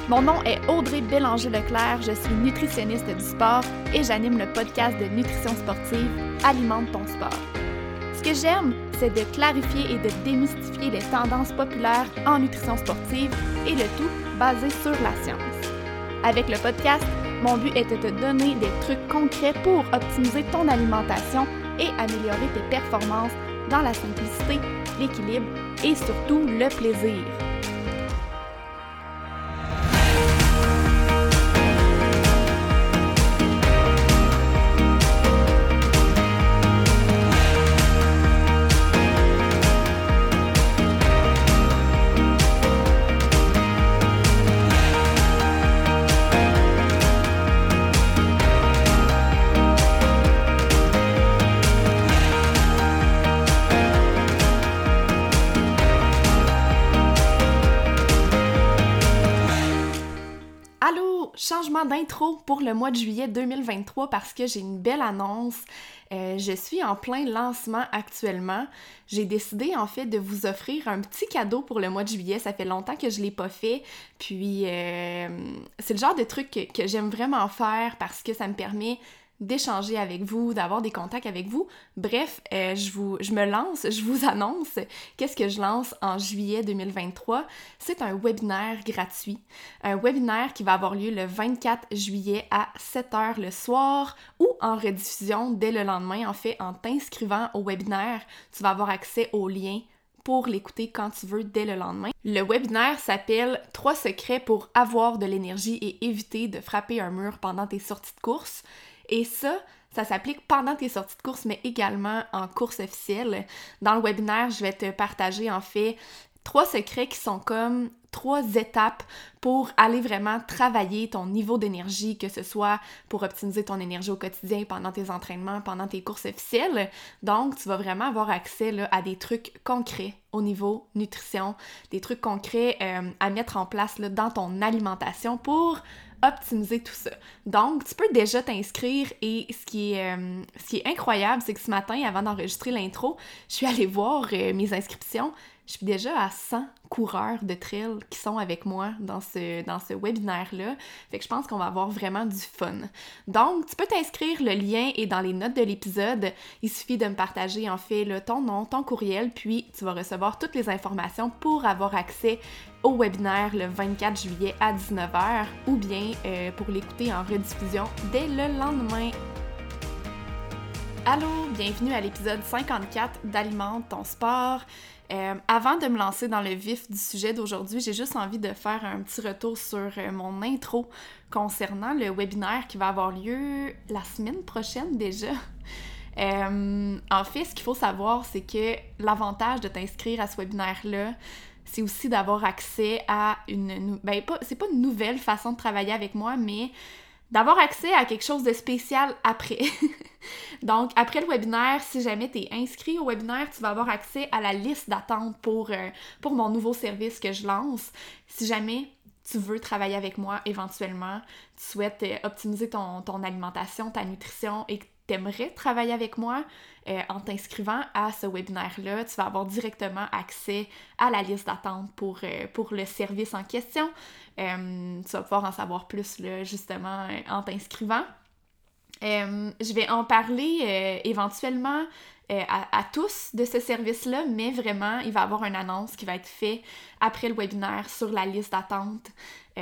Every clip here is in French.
Mon nom est Audrey Bélanger-Leclerc, je suis nutritionniste du sport et j'anime le podcast de nutrition sportive Alimente ton sport. Ce que j'aime, c'est de clarifier et de démystifier les tendances populaires en nutrition sportive et le tout basé sur la science. Avec le podcast, mon but est de te donner des trucs concrets pour optimiser ton alimentation et améliorer tes performances dans la simplicité, l'équilibre et surtout le plaisir. Changement d'intro pour le mois de juillet 2023 parce que j'ai une belle annonce. Je suis en plein lancement actuellement. J'ai décidé en fait de vous offrir un petit cadeau pour le mois de juillet. Ça fait longtemps que je l'ai pas fait. Puis c'est le genre de truc que j'aime vraiment faire parce que ça me permet d'échanger avec vous, d'avoir des contacts avec vous. Bref, je me lance, je vous annonce qu'est-ce que je lance en juillet 2023. C'est un webinaire gratuit. Un webinaire qui va avoir lieu le 24 juillet à 7h le soir ou en rediffusion dès le lendemain. En fait, en t'inscrivant au webinaire, tu vas avoir accès au lien pour l'écouter quand tu veux dès le lendemain. Le webinaire s'appelle « 3 secrets pour avoir de l'énergie et éviter de frapper un mur pendant tes sorties de course ». Et ça s'applique pendant tes sorties de course, mais également en course officielle. Dans le webinaire, je vais te partager en fait 3 secrets qui sont comme 3 étapes pour aller vraiment travailler ton niveau d'énergie, que ce soit pour optimiser ton énergie au quotidien pendant tes entraînements, pendant tes courses officielles. Donc, tu vas vraiment avoir accès là, à des trucs concrets au niveau nutrition, des trucs concrets à mettre en place là, dans ton alimentation pour optimiser tout ça. Donc, tu peux déjà t'inscrire et ce qui est incroyable, c'est que ce matin, avant d'enregistrer l'intro, je suis allée voir mes inscriptions. Je suis déjà à 100 coureurs de trail qui sont avec moi dans ce webinaire-là. Fait que je pense qu'on va avoir vraiment du fun. Donc, tu peux t'inscrire, le lien est dans les notes de l'épisode. Il suffit de me partager en fait là, ton nom, ton courriel, puis tu vas recevoir toutes les informations pour avoir accès au webinaire le 24 juillet à 19h ou bien pour l'écouter en rediffusion dès le lendemain. Allô, bienvenue à l'épisode 54 d'Alimente ton sport. Avant de me lancer dans le vif du sujet d'aujourd'hui, j'ai juste envie de faire un petit retour sur mon intro concernant le webinaire qui va avoir lieu la semaine prochaine déjà. En fait, ce qu'il faut savoir, c'est que l'avantage de t'inscrire à ce webinaire-là, c'est aussi d'avoir accès à c'est pas une nouvelle façon de travailler avec moi, mais d'avoir accès à quelque chose de spécial après. Donc, après le webinaire, si jamais tu es inscrit au webinaire, tu vas avoir accès à la liste d'attente pour mon nouveau service que je lance. Si jamais tu veux travailler avec moi éventuellement, tu souhaites optimiser ton alimentation, ta nutrition et que tu aimerais travailler avec moi, en t'inscrivant à ce webinaire-là, tu vas avoir directement accès à la liste d'attente pour le service en question. Tu vas pouvoir en savoir plus là, justement en t'inscrivant. Je vais en parler éventuellement à tous de ce service-là, mais vraiment, il va y avoir une annonce qui va être faite après le webinaire sur la liste d'attente.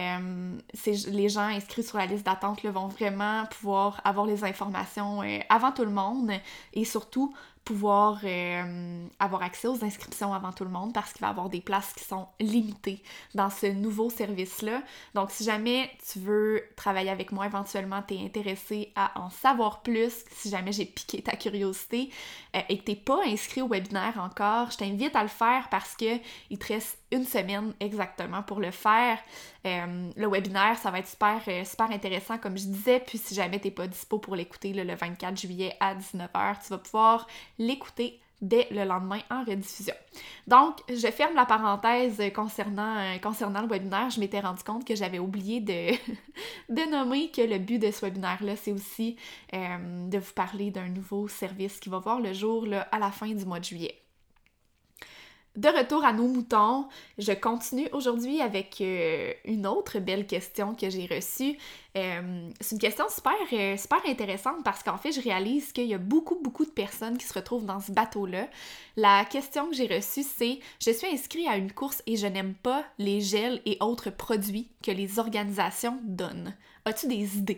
Les gens inscrits sur la liste d'attente là, vont vraiment pouvoir avoir les informations avant tout le monde et surtout pouvoir avoir accès aux inscriptions avant tout le monde parce qu'il va y avoir des places qui sont limitées dans ce nouveau service-là. Donc, si jamais tu veux travailler avec moi, éventuellement, tu es intéressé à en savoir plus, si jamais j'ai piqué ta curiosité et que tu n'es pas inscrit au webinaire encore, je t'invite à le faire parce qu'il te reste une semaine exactement pour le faire. Le webinaire, ça va être super intéressant, comme je disais, puis si jamais t'es pas dispo pour l'écouter le 24 juillet à 19h, tu vas pouvoir l'écouter dès le lendemain en rediffusion. Donc, je ferme la parenthèse concernant le webinaire. Je m'étais rendu compte que j'avais oublié de nommer que le but de ce webinaire-là, c'est aussi de vous parler d'un nouveau service qui va voir le jour là, à la fin du mois de juillet. de retour à nos moutons, je continue aujourd'hui avec une autre belle question que j'ai reçue. C'est une question super intéressante parce qu'en fait, je réalise qu'il y a beaucoup de personnes qui se retrouvent dans ce bateau-là. La question que j'ai reçue, c'est « Je suis inscrite à une course et je n'aime pas les gels et autres produits que les organisations donnent. As-tu des idées? »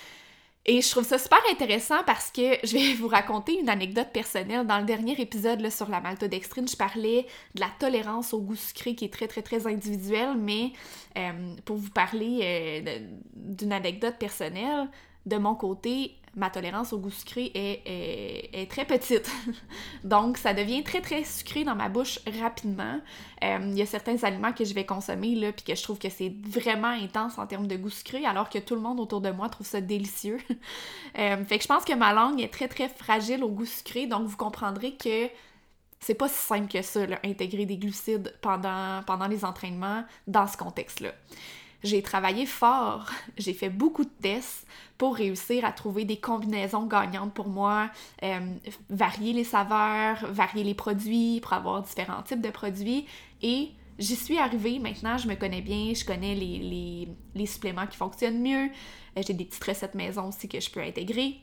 Et je trouve ça super intéressant parce que je vais vous raconter une anecdote personnelle. Dans le dernier épisode là, sur la maltodextrine, je parlais de la tolérance au goût sucré qui est très individuelle, mais pour vous parler d'une anecdote personnelle, de mon côté, ma tolérance au goût sucré est très petite. Donc, ça devient très sucré dans ma bouche rapidement. Il y a certains aliments que je vais consommer, là, puis que je trouve que c'est vraiment intense en termes de goût sucré, alors que tout le monde autour de moi trouve ça délicieux. Fait que je pense que ma langue est très fragile au goût sucré, donc vous comprendrez que c'est pas si simple que ça, là, intégrer des glucides pendant les entraînements dans ce contexte-là. J'ai travaillé fort, j'ai fait beaucoup de tests pour réussir à trouver des combinaisons gagnantes pour moi, varier les saveurs, varier les produits pour avoir différents types de produits et j'y suis arrivée. Maintenant, je me connais bien, je connais les suppléments qui fonctionnent mieux, j'ai des petites recettes maison aussi que je peux intégrer.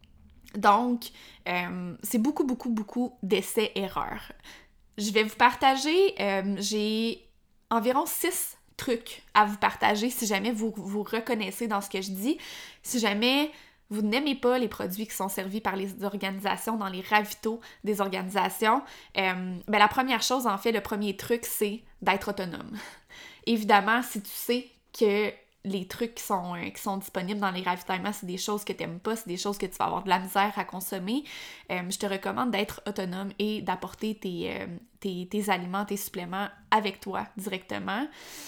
Donc, c'est beaucoup d'essais-erreurs. Je vais vous partager, j'ai environ 6 trucs à vous partager si jamais vous vous reconnaissez dans ce que je dis. Si jamais vous n'aimez pas les produits qui sont servis par les organisations dans les ravitaux des organisations, la première chose, en fait, le premier truc, c'est d'être autonome. Évidemment, si tu sais que les trucs qui sont disponibles dans les ravitaillements, c'est des choses que tu n'aimes pas, c'est des choses que tu vas avoir de la misère à consommer, je te recommande d'être autonome et d'apporter tes aliments, tes suppléments avec toi directement.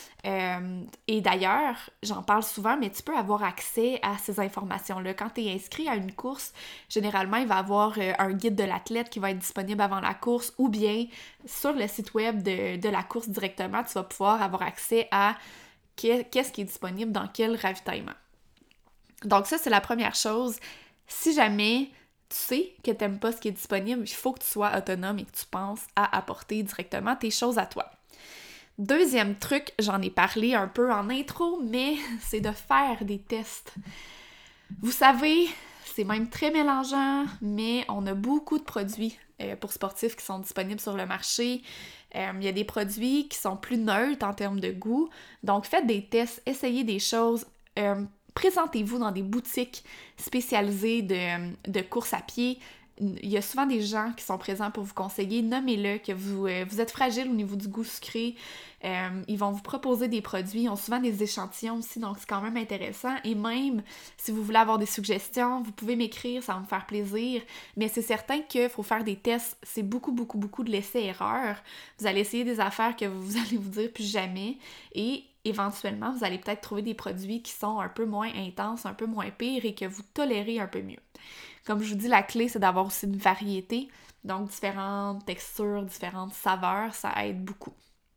Et d'ailleurs, j'en parle souvent, mais tu peux avoir accès à ces informations-là. Quand tu es inscrit à une course, généralement, il va y avoir un guide de l'athlète qui va être disponible avant la course ou bien sur le site web de la course directement, tu vas pouvoir avoir accès à qu'est-ce qui est disponible dans quel ravitaillement. Donc ça, c'est la première chose. Si jamais tu sais que tu n'aimes pas ce qui est disponible, il faut que tu sois autonome et que tu penses à apporter directement tes choses à toi. Deuxième truc, j'en ai parlé un peu en intro, mais c'est de faire des tests. Vous savez, c'est même très mélangeant, mais on a beaucoup de produits pour sportifs qui sont disponibles sur le marché. Il y a des produits qui sont plus neutres en termes de goût. Donc, faites des tests, essayez des choses. Présentez-vous dans des boutiques spécialisées de course à pied. Il y a souvent des gens qui sont présents pour vous conseiller. Nommez-le, que vous êtes fragile au niveau du goût sucré. Ils vont vous proposer des produits. Ils ont souvent des échantillons aussi, donc c'est quand même intéressant. Et même, si vous voulez avoir des suggestions, vous pouvez m'écrire, ça va me faire plaisir. Mais c'est certain qu'il faut faire des tests. C'est beaucoup de l'essai-erreur. Vous allez essayer des affaires que vous allez vous dire plus jamais. Et éventuellement, vous allez peut-être trouver des produits qui sont un peu moins intenses, un peu moins pires et que vous tolérez un peu mieux. Comme je vous dis, la clé, c'est d'avoir aussi une variété. Donc, différentes textures, différentes saveurs, ça aide beaucoup.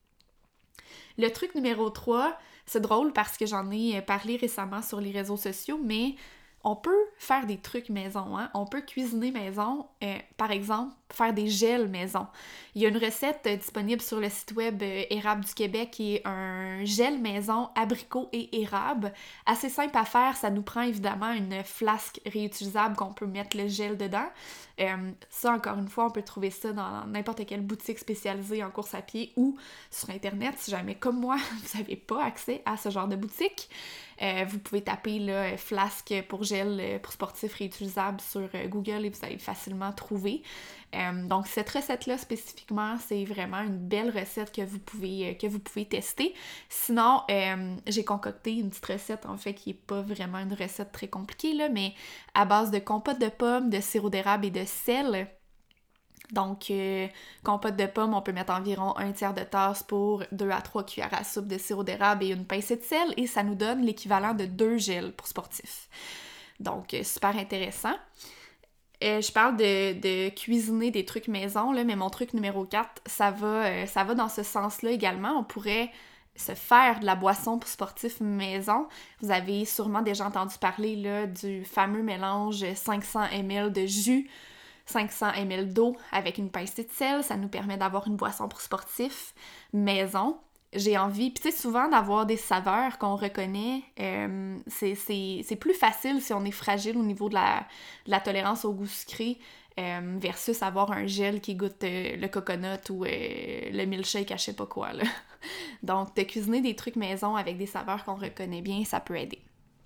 Le truc numéro 3, c'est drôle parce que j'en ai parlé récemment sur les réseaux sociaux, mais on peut faire des trucs maison, hein? On peut cuisiner maison, par exemple, faire des gels maison. Il y a une recette disponible sur le site web Érable du Québec qui est un gel maison abricot et érable. Assez simple à faire, ça nous prend évidemment une flasque réutilisable qu'on peut mettre le gel dedans. Ça, encore une fois, on peut trouver ça dans n'importe quelle boutique spécialisée en course à pied ou sur Internet. Si jamais, comme moi, vous n'avez pas accès à ce genre de boutique, vous pouvez taper là, flasque pour gel pour sportifs réutilisable sur Google et vous allez facilement trouver. Donc cette recette-là spécifiquement, c'est vraiment une belle recette que vous pouvez tester. Sinon, j'ai concocté une petite recette en fait qui n'est pas vraiment une recette très compliquée là, mais à base de compote de pommes, de sirop d'érable et de sel. Donc, compote de pommes, on peut mettre environ 1/3 de tasse pour 2 à 3 cuillères à soupe de sirop d'érable et une pincée de sel, et ça nous donne l'équivalent de 2 gels pour sportifs. Donc, super intéressant. Je parle de cuisiner des trucs maison, là, mais mon truc numéro 4, ça va dans ce sens-là également. On pourrait se faire de la boisson pour sportifs maison. Vous avez sûrement déjà entendu parler là, du fameux mélange 500 ml de jus 500 ml d'eau avec une pincée de sel. Ça nous permet d'avoir une boisson pour sportifs maison. J'ai envie, puis tu sais, souvent d'avoir des saveurs qu'on reconnaît, c'est plus facile si on est fragile au niveau de la tolérance au goût sucré versus avoir un gel qui goûte le coconut ou le milkshake à je sais pas quoi, là. Donc, de cuisiner des trucs maison avec des saveurs qu'on reconnaît bien, ça peut aider.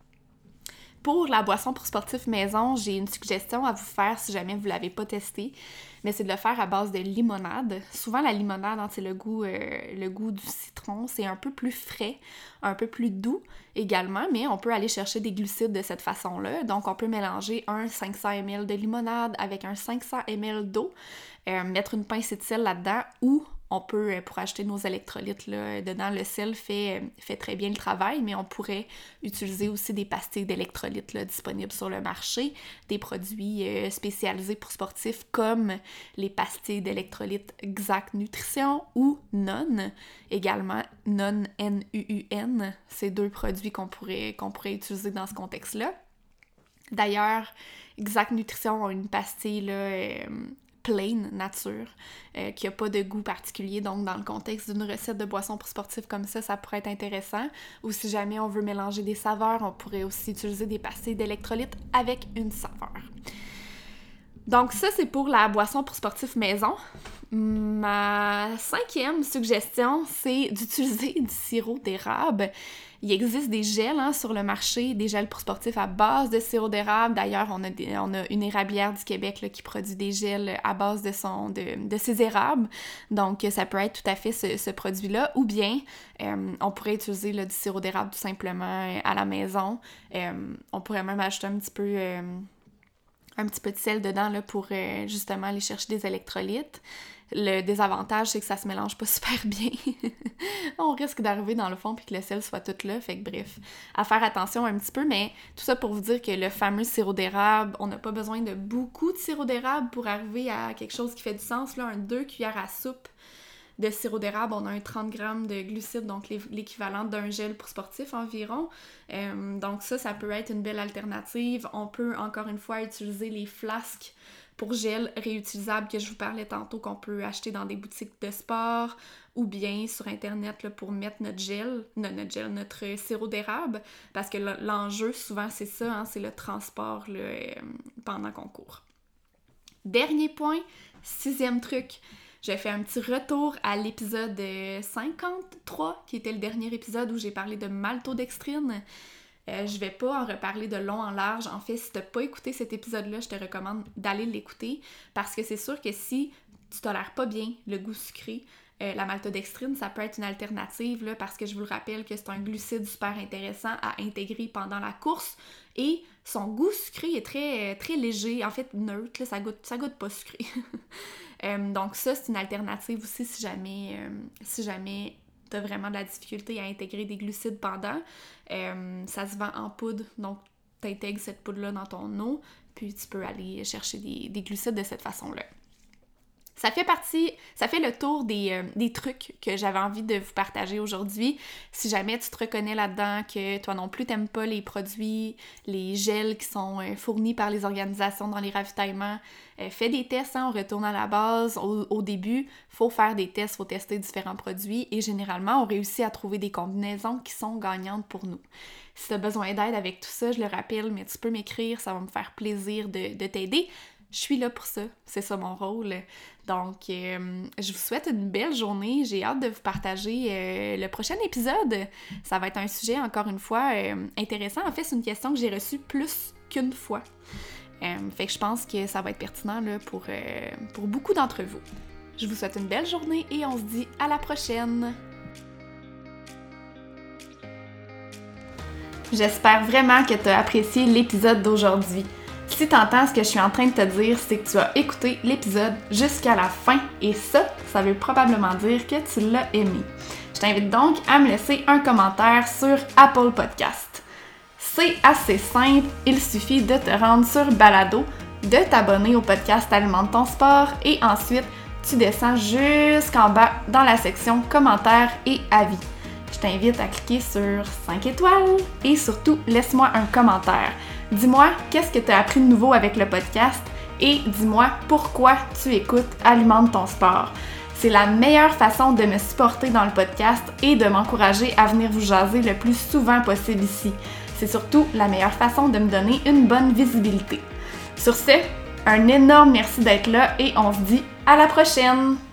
Pour la boisson pour sportifs maison, j'ai une suggestion à vous faire si jamais vous ne l'avez pas testé, mais c'est de le faire à base de limonade. Souvent, la limonade, hein, c'est le goût du citron, c'est un peu plus frais, un peu plus doux également, mais on peut aller chercher des glucides de cette façon-là. Donc, on peut mélanger un 500 ml de limonade avec un 500 ml d'eau, mettre une pincée de sel là-dedans ou on peut, pour acheter nos électrolytes là, dedans, le sel fait très bien le travail, mais on pourrait utiliser aussi des pastilles d'électrolytes là, disponibles sur le marché, des produits spécialisés pour sportifs comme les pastilles d'électrolytes Exact Nutrition ou NON, également NON, N-U-U-N, c'est 2 produits qu'on pourrait utiliser dans ce contexte-là. D'ailleurs, Exact Nutrition a une pastille là, plain, nature, qui n'a pas de goût particulier, donc dans le contexte d'une recette de boisson pour sportifs comme ça pourrait être intéressant. Ou si jamais on veut mélanger des saveurs, on pourrait aussi utiliser des pastilles d'électrolytes avec une saveur. Donc ça, c'est pour la boisson pour sportifs maison. Ma 5e suggestion, c'est d'utiliser du sirop d'érable. Il existe des gels sur le marché, des gels pour sportifs à base de sirop d'érable. D'ailleurs, on a une érablière du Québec là, qui produit des gels à base de ses érables. Donc, ça peut être tout à fait ce produit-là. Ou bien, on pourrait utiliser là, du sirop d'érable tout simplement à la maison. On pourrait même ajouter un petit peu de sel dedans là, pour justement aller chercher des électrolytes. Le désavantage, c'est que ça se mélange pas super bien. On risque d'arriver dans le fond puis que le sel soit tout là. Fait que bref, à faire attention un petit peu, mais tout ça pour vous dire que le fameux sirop d'érable, on n'a pas besoin de beaucoup de sirop d'érable pour arriver à quelque chose qui fait du sens. Là, 2 cuillères à soupe de sirop d'érable, on a un 30 grammes de glucides, donc l'équivalent d'un gel pour sportif environ. Donc ça peut être une belle alternative. On peut encore une fois utiliser les flasques pour gel réutilisable que je vous parlais tantôt, qu'on peut acheter dans des boutiques de sport ou bien sur Internet là, pour mettre notre sirop d'érable, parce que l'enjeu souvent c'est ça, hein, c'est le transport là, pendant qu'on court. Dernier point, 6e truc. J'ai fait un petit retour à l'épisode 53, qui était le dernier épisode où j'ai parlé de maltodextrine. Je vais pas en reparler de long en large. En fait, si t'as pas écouté cet épisode-là, je te recommande d'aller l'écouter parce que c'est sûr que si tu tolères pas bien le goût sucré, la maltodextrine, ça peut être une alternative là, parce que je vous le rappelle que c'est un glucide super intéressant à intégrer pendant la course et son goût sucré est très, très léger, en fait neutre, là, ça goûte pas sucré. Donc ça, c'est une alternative aussi si jamais t'as vraiment de la difficulté à intégrer des glucides pendant. Ça se vend en poudre, donc t'intègres cette poudre-là dans ton eau, puis tu peux aller chercher des glucides de cette façon-là. Ça fait le tour des trucs que j'avais envie de vous partager aujourd'hui. Si jamais tu te reconnais là-dedans, que toi non plus t'aimes pas les produits, les gels qui sont fournis par les organisations dans les ravitaillements, fais des tests, hein, on retourne à la base. Au début, faut faire des tests, faut tester différents produits et généralement, on réussit à trouver des combinaisons qui sont gagnantes pour nous. Si tu as besoin d'aide avec tout ça, je le rappelle, mais tu peux m'écrire, ça va me faire plaisir de t'aider. Je suis là pour ça, c'est ça mon rôle. Donc, je vous souhaite une belle journée. J'ai hâte de vous partager le prochain épisode. Ça va être un sujet, encore une fois, intéressant. En fait, c'est une question que j'ai reçue plus qu'une fois. Fait que je pense que ça va être pertinent là, pour beaucoup d'entre vous. Je vous souhaite une belle journée et on se dit à la prochaine! J'espère vraiment que tu as apprécié l'épisode d'aujourd'hui. Si tu entends ce que je suis en train de te dire, c'est que tu as écouté l'épisode jusqu'à la fin et ça veut probablement dire que tu l'as aimé. Je t'invite donc à me laisser un commentaire sur Apple Podcast. C'est assez simple, il suffit de te rendre sur Balado, de t'abonner au podcast Alimente ton sport et ensuite tu descends jusqu'en bas dans la section commentaires et avis. Je t'invite à cliquer sur 5 étoiles et surtout laisse-moi un commentaire. Dis-moi qu'est-ce que tu as appris de nouveau avec le podcast et dis-moi pourquoi tu écoutes Alimente ton sport. C'est la meilleure façon de me supporter dans le podcast et de m'encourager à venir vous jaser le plus souvent possible ici. C'est surtout la meilleure façon de me donner une bonne visibilité. Sur ce, un énorme merci d'être là et on se dit à la prochaine!